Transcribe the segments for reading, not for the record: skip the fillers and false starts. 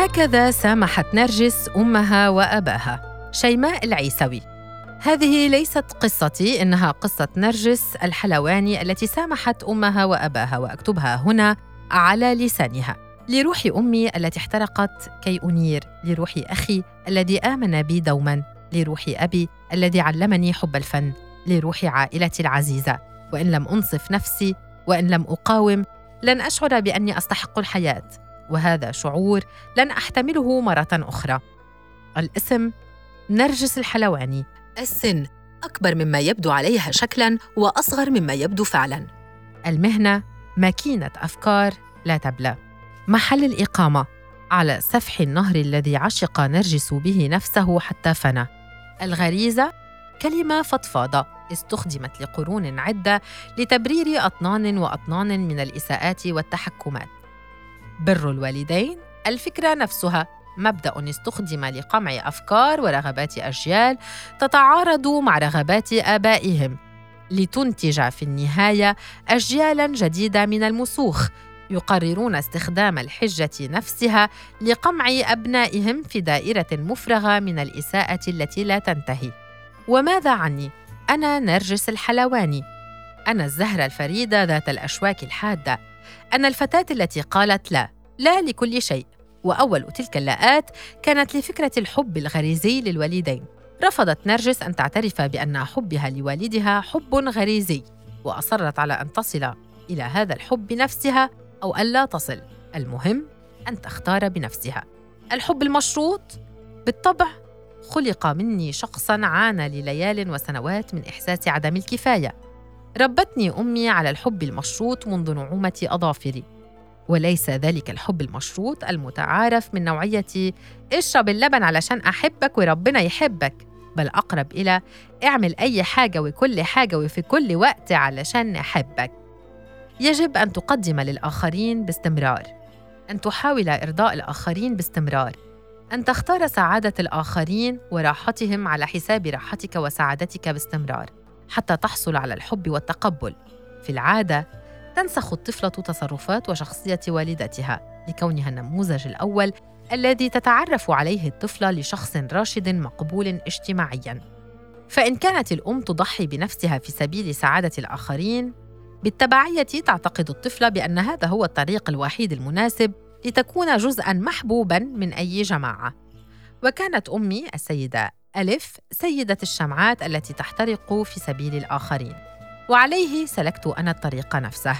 هكذا سامحت نرجس أمها وأباها. شيماء العيسوي. هذه ليست قصتي، إنها قصة نرجس الحلواني التي سامحت أمها وأباها، وأكتبها هنا على لسانها. لروح أمي التي احترقت كي أنير، لروح أخي الذي آمن بي دوماً، لروح أبي الذي علمني حب الفن، لروح عائلتي العزيزة. وإن لم أنصف نفسي وإن لم أقاوم لن أشعر بأني أستحق الحياة، وهذا شعور لن أحتمله مرة أخرى. الاسم نرجس الحلواني. السن أكبر مما يبدو عليها شكلاً وأصغر مما يبدو فعلاً. المهنة ماكينة أفكار لا تبلى. محل الإقامة على سفح النهر الذي عشق نرجس به نفسه حتى فنى. الغريزة كلمة فضفاضة استخدمت لقرون عدة لتبرير أطنان وأطنان من الإساءات والتحكمات. بر الوالدين الفكرة نفسها مبدأ استخدم لقمع أفكار ورغبات أجيال تتعارض مع رغبات آبائهم، لتنتج في النهاية أجيالاً جديدة من المسوخ يقررون استخدام الحجة نفسها لقمع أبنائهم في دائرة مفرغة من الإساءة التي لا تنتهي. وماذا عني؟ أنا نرجس الحلواني. أنا الزهرة الفريدة ذات الأشواك الحادة. أنا الفتاة التي قالت لا لكل شيء. وأول تلك اللاءات كانت لفكرة الحب الغريزي للوالدين. رفضت نرجس أن تعترف بأن حبها لوالدها حب غريزي، وأصرت على أن تصل إلى هذا الحب بنفسها أو ألا تصل، المهم أن تختار بنفسها. الحب المشروط بالطبع خلق مني شخصاً عانى لليال وسنوات من إحساس عدم الكفاية. ربتني أمي على الحب المشروط منذ نعومة أظافري، وليس ذلك الحب المشروط المتعارف من نوعية اشرب اللبن علشان أحبك وربنا يحبك، بل أقرب إلى اعمل أي حاجة وكل حاجة وفي كل وقت علشان أحبك. يجب أن تقدم للآخرين باستمرار، أن تحاول إرضاء الآخرين باستمرار، أن تختار سعادة الآخرين وراحتهم على حساب راحتك وسعادتك باستمرار حتى تحصل على الحب والتقبل. في العادة تنسخ الطفلة تصرفات وشخصية والدتها لكونها النموذج الأول الذي تتعرف عليه الطفلة لشخص راشد مقبول اجتماعياً. فإن كانت الأم تضحي بنفسها في سبيل سعادة الآخرين، بالتبعية تعتقد الطفلة بأن هذا هو الطريق الوحيد المناسب لتكون جزءاً محبوباً من أي جماعة. وكانت أمي السيدة ألف سيدة الشمعات التي تحترق في سبيل الآخرين، وعليه سلكت أنا الطريق نفسه.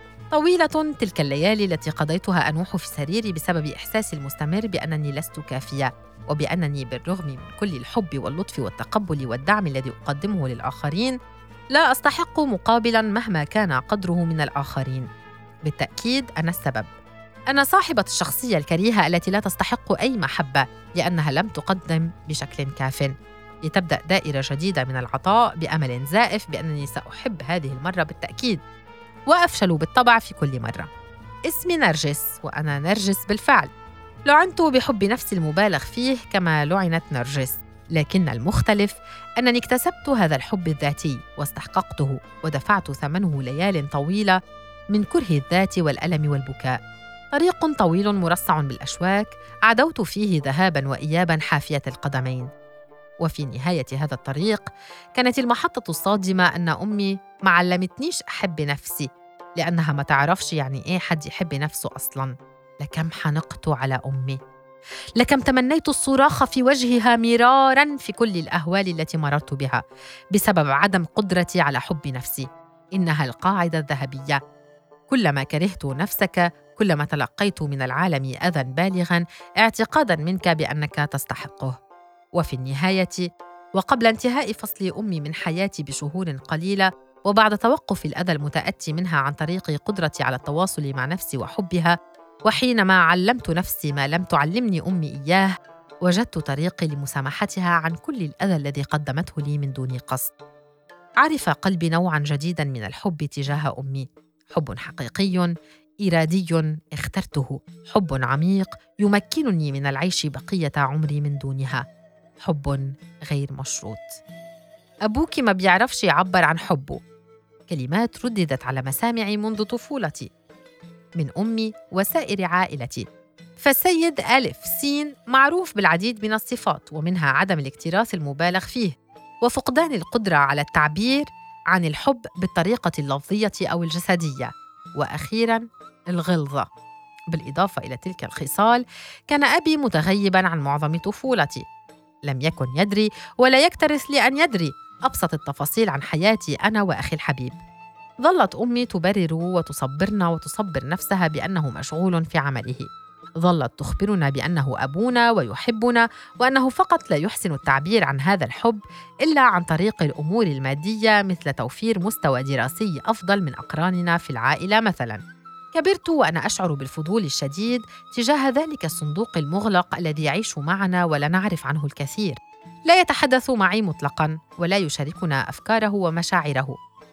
طويلة تلك الليالي التي قضيتها أنوح في سريري بسبب إحساسي المستمر بأنني لست كافية، وبأنني بالرغم من كل الحب واللطف والتقبل والدعم الذي أقدمه للآخرين لا أستحق مقابلاً مهما كان قدره من الآخرين. بالتأكيد أنا السبب. أنا صاحبة الشخصية الكريهة التي لا تستحق أي محبة لأنها لم تقدم بشكل كاف. لتبدأ دائرة جديدة من العطاء بأمل زائف بأنني سأحب هذه المرة بالتأكيد، وأفشل بالطبع في كل مرة. اسمي نرجس وأنا نرجس بالفعل. لعنت بحب نفسي المبالغ فيه كما لعنت نرجس، لكن المختلف أنني اكتسبت هذا الحب الذاتي واستحققته ودفعت ثمنه ليال طويلة من كره الذات والألم والبكاء. طريق طويل مرصع بالأشواك عدوت فيه ذهاباً وإياباً حافية القدمين. وفي نهاية هذا الطريق كانت المحطة الصادمة أن أمي ما علمتنيش أحب نفسي، لأنها ما تعرفش يعني إيه حد يحب نفسه أصلاً. لكم حنقت على أمي، لكم تمنيت الصراخ في وجهها مراراً في كل الأهوال التي مررت بها بسبب عدم قدرتي على حب نفسي. إنها القاعدة الذهبية: كلما كرهت نفسك كلما تلقيت من العالم أذى بالغاً اعتقاداً منك بأنك تستحقه. وفي النهاية وقبل انتهاء فصل أمي من حياتي بشهور قليلة، وبعد توقف الأذى المتأتي منها عن طريق قدرتي على التواصل مع نفسي وحبها، وحينما علمت نفسي ما لم تعلمني أمي إياه، وجدت طريقي لمسامحتها عن كل الأذى الذي قدمته لي من دون قصد. عرف قلبي نوعاً جديداً من الحب تجاه أمي، حب حقيقي إرادي اخترته، حب عميق يمكنني من العيش بقية عمري من دونها، حب غير مشروط. أبوك ما بيعرفش يعبر عن حبه، كلمات رددت على مسامعي منذ طفولتي من أمي وسائر عائلتي. فالسيد ألف سين معروف بالعديد من الصفات، ومنها عدم الاكتراث المبالغ فيه وفقدان القدرة على التعبير عن الحب بالطريقة اللفظية أو الجسدية، وأخيراً الغلظة. بالإضافة إلى تلك الخصال، كان أبي متغيباً عن معظم طفولتي، لم يكن يدري ولا يكترث لأن يدري أبسط التفاصيل عن حياتي أنا وأخي الحبيب. ظلت أمي تبرر وتصبرنا وتصبر نفسها بأنه مشغول في عمله. ظلت تخبرنا بأنه أبونا ويحبنا، وأنه فقط لا يحسن التعبير عن هذا الحب إلا عن طريق الأمور المادية، مثل توفير مستوى دراسي أفضل من أقراننا في العائلة مثلاً. كبرت وأنا أشعر بالفضول الشديد تجاه ذلك الصندوق المغلق الذي يعيش معنا ولا نعرف عنه الكثير. لا يتحدث معي مطلقاً ولا يشاركنا أفكاره ومشاعره،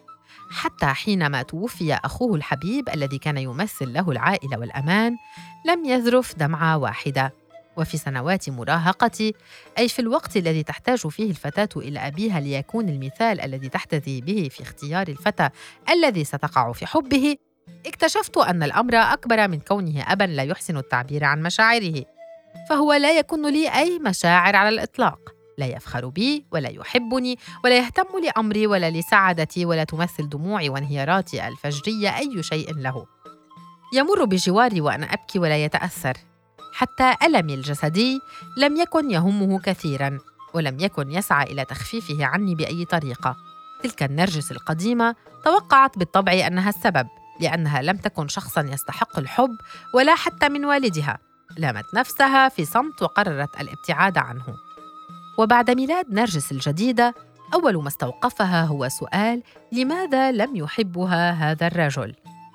حتى حينما توفي أخوه الحبيب الذي كان يمثل له العائلة والأمان لم يذرف دمعة واحدة. وفي سنوات مراهقتي، أي في الوقت الذي تحتاج فيه الفتاة إلى أبيها ليكون المثال الذي تحتذي به في اختيار الفتى الذي ستقع في حبه، اكتشفت أن الأمر أكبر من كونه أباً لا يحسن التعبير عن مشاعره. فهو لا يكن لي أي مشاعر على الإطلاق، لا يفخر بي ولا يحبني ولا يهتم لأمري ولا لسعادتي، ولا تمثل دموعي وانهياراتي الفجرية أي شيء له. يمر بجواري وأنا أبكي ولا يتأثر. حتى ألمي الجسدي لم يكن يهمه كثيراً، ولم يكن يسعى إلى تخفيفه عني بأي طريقة. تلك النرجس القديمة توقعت بالطبع أنها السبب، لأنها لم تكن شخصاً يستحق الحب ولا حتى من والدها. لامت نفسها في صمت وقررت الابتعاد عنه. وبعد ميلاد نرجس الجديدة، أول ما استوقفها هو سؤال: لماذا لم يحبها هذا الرجل؟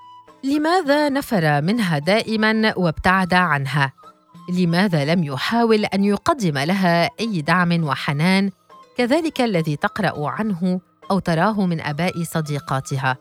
لماذا نفر منها دائماً وابتعد عنها؟ لماذا لم يحاول أن يقدم لها أي دعم وحنان كذلك الذي تقرأ عنه أو تراه من آباء صديقاتها؟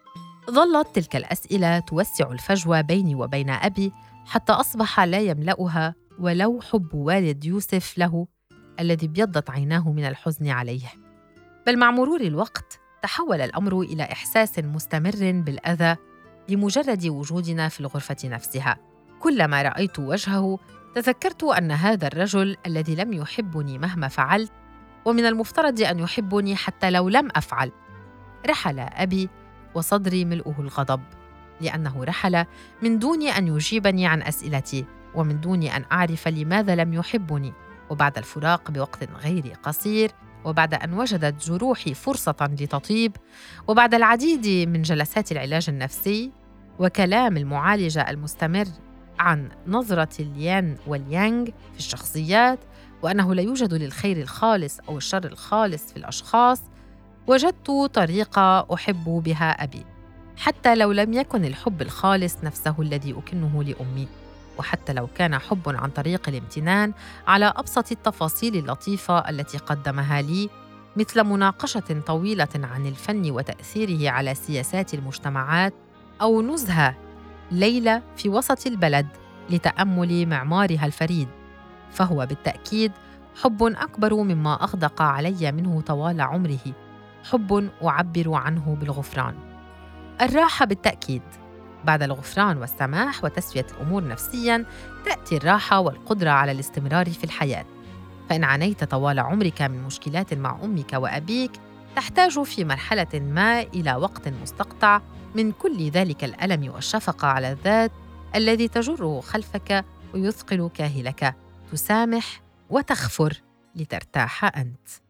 ظلت تلك الأسئلة توسع الفجوة بيني وبين أبي، حتى أصبح لا يملأها ولو حب والد يوسف له الذي ابيضت عيناه من الحزن عليه. بل مع مرور الوقت تحول الأمر إلى إحساس مستمر بالأذى لمجرد وجودنا في الغرفة نفسها. كلما رأيت وجهه تذكرت أن هذا الرجل الذي لم يحبني مهما فعلت، ومن المفترض أن يحبني حتى لو لم أفعل. رحل أبي وصدري ملؤه الغضب، لأنه رحل من دون أن يجيبني عن أسئلتي، ومن دون أن أعرف لماذا لم يحبني. وبعد الفراق بوقت غير قصير، وبعد أن وجدت جروحي فرصة لتطيب، وبعد العديد من جلسات العلاج النفسي وكلام المعالجة المستمر عن نظرة اليان واليانغ في الشخصيات، وأنه لا يوجد للخير الخالص أو الشر الخالص في الأشخاص، وجدت طريقة أحب بها أبي، حتى لو لم يكن الحب الخالص نفسه الذي أكنه لأمي، وحتى لو كان حب عن طريق الامتنان على أبسط التفاصيل اللطيفة التي قدمها لي، مثل مناقشة طويلة عن الفن وتأثيره على سياسات المجتمعات، أو نزهة ليلة في وسط البلد لتأمل معمارها الفريد. فهو بالتأكيد حب أكبر مما أغدق علي منه طوال عمره، حب أعبر عنه بالغفران. الراحة بالتأكيد. بعد الغفران والسماح وتسوية الأمور نفسياً تأتي الراحة والقدرة على الاستمرار في الحياة. فإن عانيت طوال عمرك من مشكلات مع أمك وأبيك، تحتاج في مرحلة ما إلى وقت مستقطع من كل ذلك الألم والشفقة على الذات الذي تجره خلفك ويثقل كاهلك، تسامح وتغفر لترتاح أنت.